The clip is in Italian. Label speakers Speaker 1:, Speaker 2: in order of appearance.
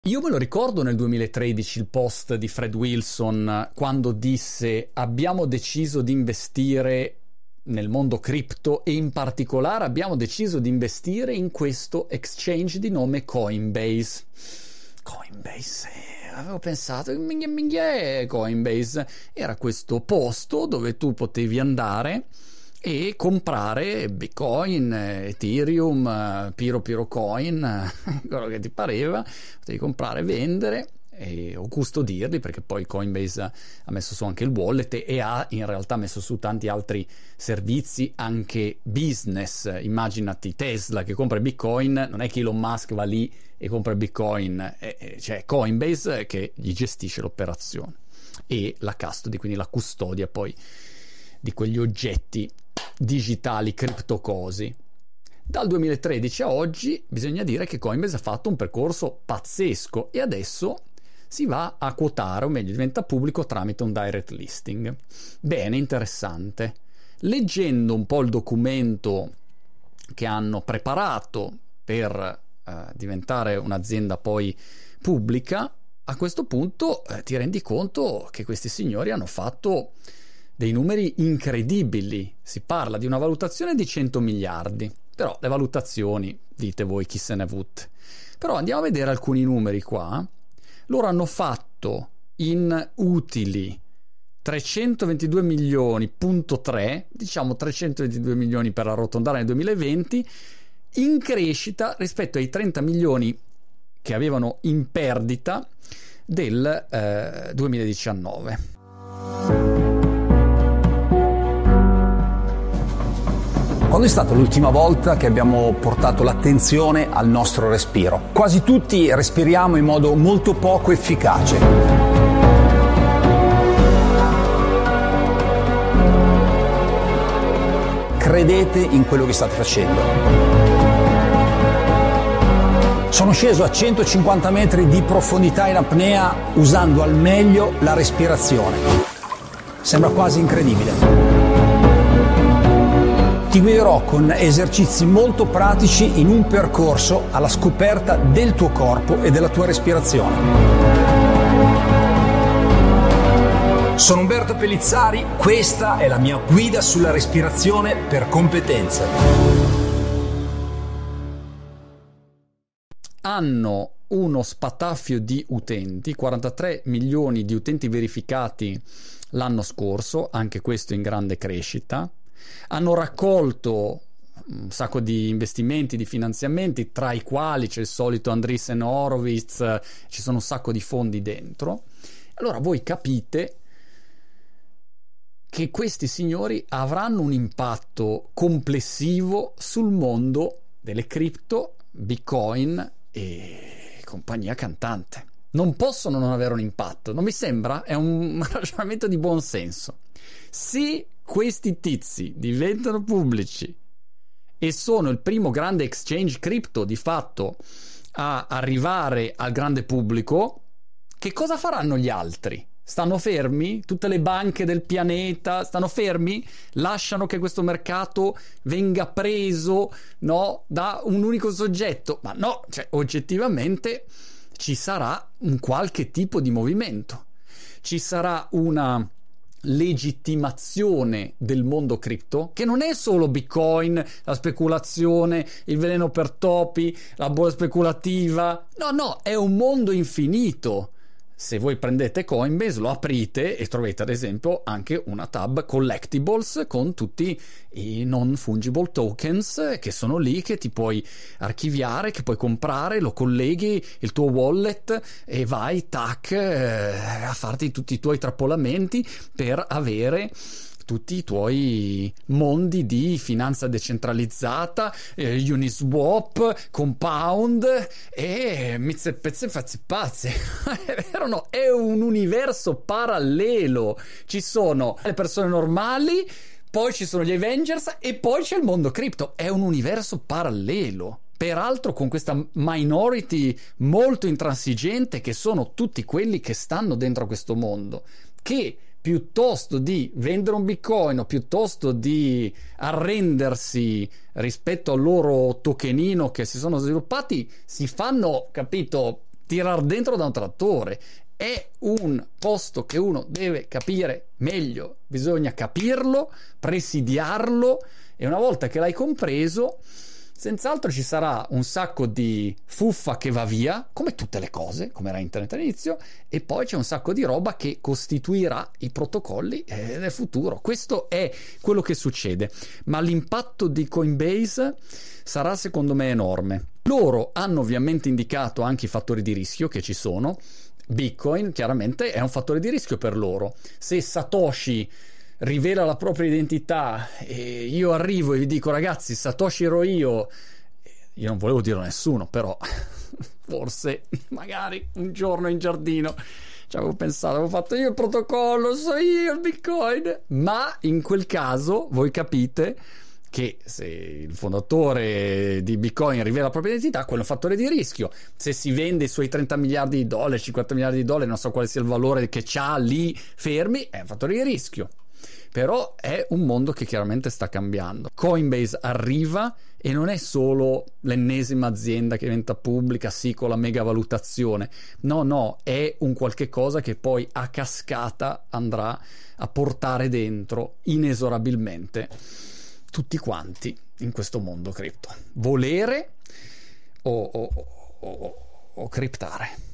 Speaker 1: Io me lo ricordo nel 2013 il post di Fred Wilson quando disse: abbiamo deciso di investire nel mondo cripto e in particolare abbiamo deciso di investire in questo exchange di nome Coinbase. Coinbase, avevo pensato, minchia è Coinbase? Era questo posto dove tu potevi andare e comprare Bitcoin, Ethereum, Piro Coin, quello che ti pareva, potevi comprare, vendere o custodirli, perché poi Coinbase ha messo su anche il wallet e ha in realtà messo su tanti altri servizi anche business. Immaginati Tesla che compra Bitcoin, non è che Elon Musk va lì e compra Bitcoin, c'è Coinbase che gli gestisce l'operazione e la custody, quindi la custodia poi di quegli oggetti digitali, criptocosi. Dal 2013 a oggi bisogna dire che Coinbase ha fatto un percorso pazzesco e adesso si va a quotare, o meglio diventa pubblico tramite un direct listing. Bene, interessante. Leggendo un po' il documento che hanno preparato per diventare un'azienda poi pubblica, a questo punto ti rendi conto che questi signori hanno fatto dei numeri incredibili. Si parla di una valutazione di 100 miliardi, però le valutazioni, dite voi chi se ne avute. Però andiamo a vedere alcuni numeri qua. Loro hanno fatto in utili 322 milioni,3, diciamo 322 milioni per arrotondare nel 2020, in crescita rispetto ai 30 milioni che avevano in perdita del 2019.
Speaker 2: Quando è stata l'ultima volta che abbiamo portato l'attenzione al nostro respiro? Quasi tutti respiriamo in modo molto poco efficace. Credete in quello che state facendo. Sono sceso a 150 metri di profondità in apnea usando al meglio la respirazione. Sembra quasi incredibile. Ti guiderò con esercizi molto pratici in un percorso alla scoperta del tuo corpo e della tua respirazione. Sono Umberto Pellizzari, questa è la mia guida sulla respirazione per competenze.
Speaker 1: Hanno uno spataffio di utenti, 43 milioni di utenti verificati l'anno scorso, anche questo in grande crescita. Hanno raccolto un sacco di investimenti, di finanziamenti, tra i quali c'è il solito Andreessen Horowitz, ci sono un sacco di fondi dentro. Allora voi capite che questi signori avranno un impatto complessivo sul mondo delle cripto, Bitcoin e compagnia cantante. Non possono non avere un impatto, non mi sembra? È un ragionamento di buon senso. Se questi tizi diventano pubblici e sono il primo grande exchange cripto di fatto a arrivare al grande pubblico, che cosa faranno gli altri? Stanno fermi? Tutte le banche del pianeta stanno fermi? Lasciano che questo mercato venga preso, no, da un unico soggetto? Ma no, cioè oggettivamente ci sarà un qualche tipo di movimento, ci sarà una legittimazione del mondo cripto che non è solo Bitcoin, la speculazione, il veleno per topi, la bolla speculativa, no, è un mondo infinito. Se voi prendete Coinbase, lo aprite e trovate ad esempio anche una tab collectibles con tutti i non fungible tokens che sono lì, che ti puoi archiviare, che puoi comprare, lo colleghi il tuo wallet e vai tac a farti tutti i tuoi trappolamenti per avere tutti i tuoi mondi di finanza decentralizzata, Uniswap, Compound e mizze pezze fazzi pazzi. È vero, no? È un universo parallelo. Ci sono le persone normali, poi ci sono gli Avengers e poi c'è il mondo cripto. È un universo parallelo. Peraltro con questa minority molto intransigente che sono tutti quelli che stanno dentro a questo mondo, che piuttosto di vendere un bitcoin o piuttosto di arrendersi rispetto al loro tokenino che si sono sviluppati, si fanno, capito, tirar dentro da un trattore. È un posto che uno deve capire meglio, bisogna capirlo, presidiarlo, e una volta che l'hai compreso, senz'altro ci sarà un sacco di fuffa che va via, come tutte le cose, come era internet all'inizio, e poi c'è un sacco di roba che costituirà i protocolli del futuro. Questo è quello che succede, ma l'impatto di Coinbase sarà secondo me enorme. Loro hanno ovviamente indicato anche i fattori di rischio che ci sono. Bitcoin chiaramente è un fattore di rischio per loro. Se Satoshi rivela la propria identità e io arrivo e vi dico ragazzi Satoshi ero io non volevo dirlo a nessuno, però forse magari un giorno in giardino ci avevo pensato, avevo fatto io il protocollo, so io il Bitcoin, ma in quel caso voi capite che se il fondatore di Bitcoin rivela la propria identità, quello è un fattore di rischio. Se si vende i suoi 30 miliardi di dollari, 50 miliardi di dollari, non so quale sia il valore che c'ha lì fermi, è un fattore di rischio. Però è un mondo che chiaramente sta cambiando. Coinbase arriva e non è solo l'ennesima azienda che diventa pubblica, sì, con la mega valutazione. No, è un qualche cosa che poi a cascata andrà a portare dentro inesorabilmente tutti quanti in questo mondo cripto. Volere o criptare.